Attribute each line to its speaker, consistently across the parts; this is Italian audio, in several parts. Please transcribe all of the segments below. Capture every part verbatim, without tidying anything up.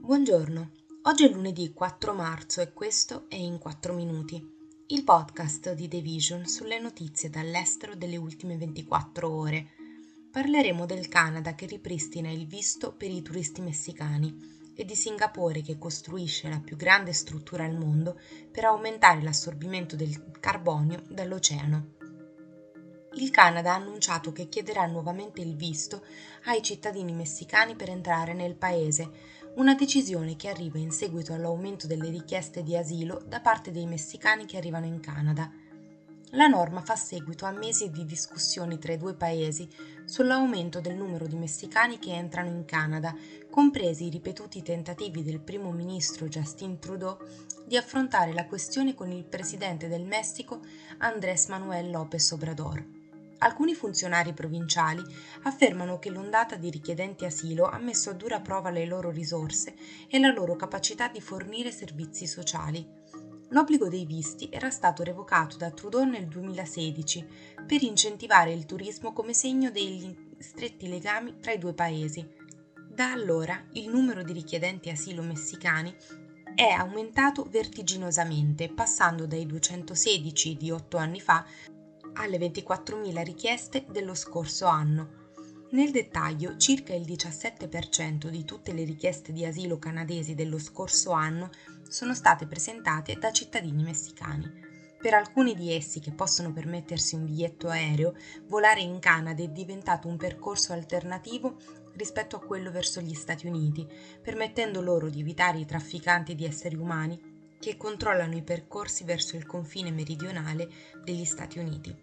Speaker 1: Buongiorno, oggi è lunedì quattro marzo e questo è In quattro minuti, il podcast di The Vision sulle notizie dall'estero delle ultime ventiquattro ore. Parleremo del Canada che ripristina il visto per i turisti messicani e di Singapore che costruisce la più grande struttura al mondo per aumentare l'assorbimento del carbonio dall'oceano. Il Canada ha annunciato che chiederà nuovamente il visto ai cittadini messicani per entrare nel paese, una decisione che arriva in seguito all'aumento delle richieste di asilo da parte dei messicani che arrivano in Canada. La norma fa seguito a mesi di discussioni tra i due paesi sull'aumento del numero di messicani che entrano in Canada, compresi i ripetuti tentativi del primo ministro Justin Trudeau di affrontare la questione con il presidente del Messico Andrés Manuel López Obrador. Alcuni funzionari provinciali affermano che l'ondata di richiedenti asilo ha messo a dura prova le loro risorse e la loro capacità di fornire servizi sociali. L'obbligo dei visti era stato revocato da Trudeau nel duemilasedici per incentivare il turismo come segno degli stretti legami tra i due paesi. Da allora il numero di richiedenti asilo messicani è aumentato vertiginosamente, passando dai duecentosedici di otto anni fa alle ventiquattromila richieste dello scorso anno. Nel dettaglio, circa il diciassette per cento di tutte le richieste di asilo canadesi dello scorso anno sono state presentate da cittadini messicani. Per alcuni di essi che possono permettersi un biglietto aereo, volare in Canada è diventato un percorso alternativo rispetto a quello verso gli Stati Uniti, permettendo loro di evitare i trafficanti di esseri umani che controllano i percorsi verso il confine meridionale degli Stati Uniti.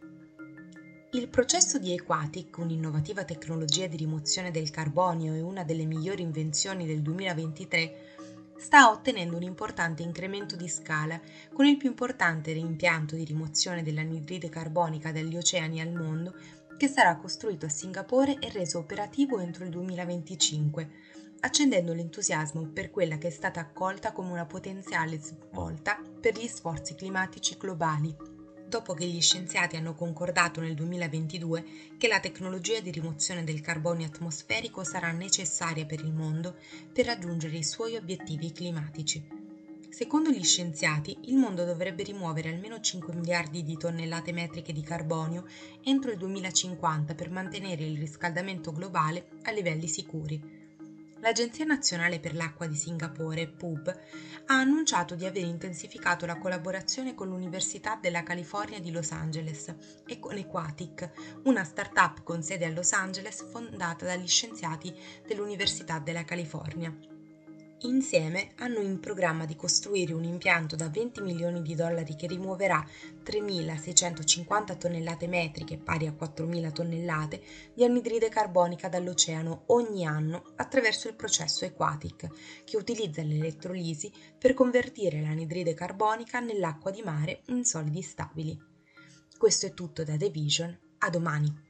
Speaker 1: Il processo di Equatic, un'innovativa tecnologia di rimozione del carbonio e una delle migliori invenzioni del duemilaventitré, sta ottenendo un importante incremento di scala, con il più importante impianto di rimozione dell'anidride carbonica dagli oceani al mondo, che sarà costruito a Singapore e reso operativo entro il duemilaventicinque, accendendo l'entusiasmo per quella che è stata accolta come una potenziale svolta per gli sforzi climatici globali. Dopo che gli scienziati hanno concordato nel duemilaventidue che la tecnologia di rimozione del carbonio atmosferico sarà necessaria per il mondo per raggiungere i suoi obiettivi climatici. Secondo gli scienziati, il mondo dovrebbe rimuovere almeno cinque miliardi di tonnellate metriche di carbonio entro il duemilacinquanta per mantenere il riscaldamento globale a livelli sicuri. L'Agenzia Nazionale per l'Acqua di Singapore, P U B, ha annunciato di aver intensificato la collaborazione con l'Università della California di Los Angeles e con Equatic, una start-up con sede a Los Angeles fondata dagli scienziati dell'Università della California. Insieme hanno in programma di costruire un impianto da venti milioni di dollari che rimuoverà tremilaseicentocinquanta tonnellate metriche, pari a quattromila tonnellate, di anidride carbonica dall'oceano ogni anno attraverso il processo Equatic, che utilizza l'elettrolisi per convertire l'anidride carbonica nell'acqua di mare in solidi stabili. Questo è tutto da The Vision, a domani.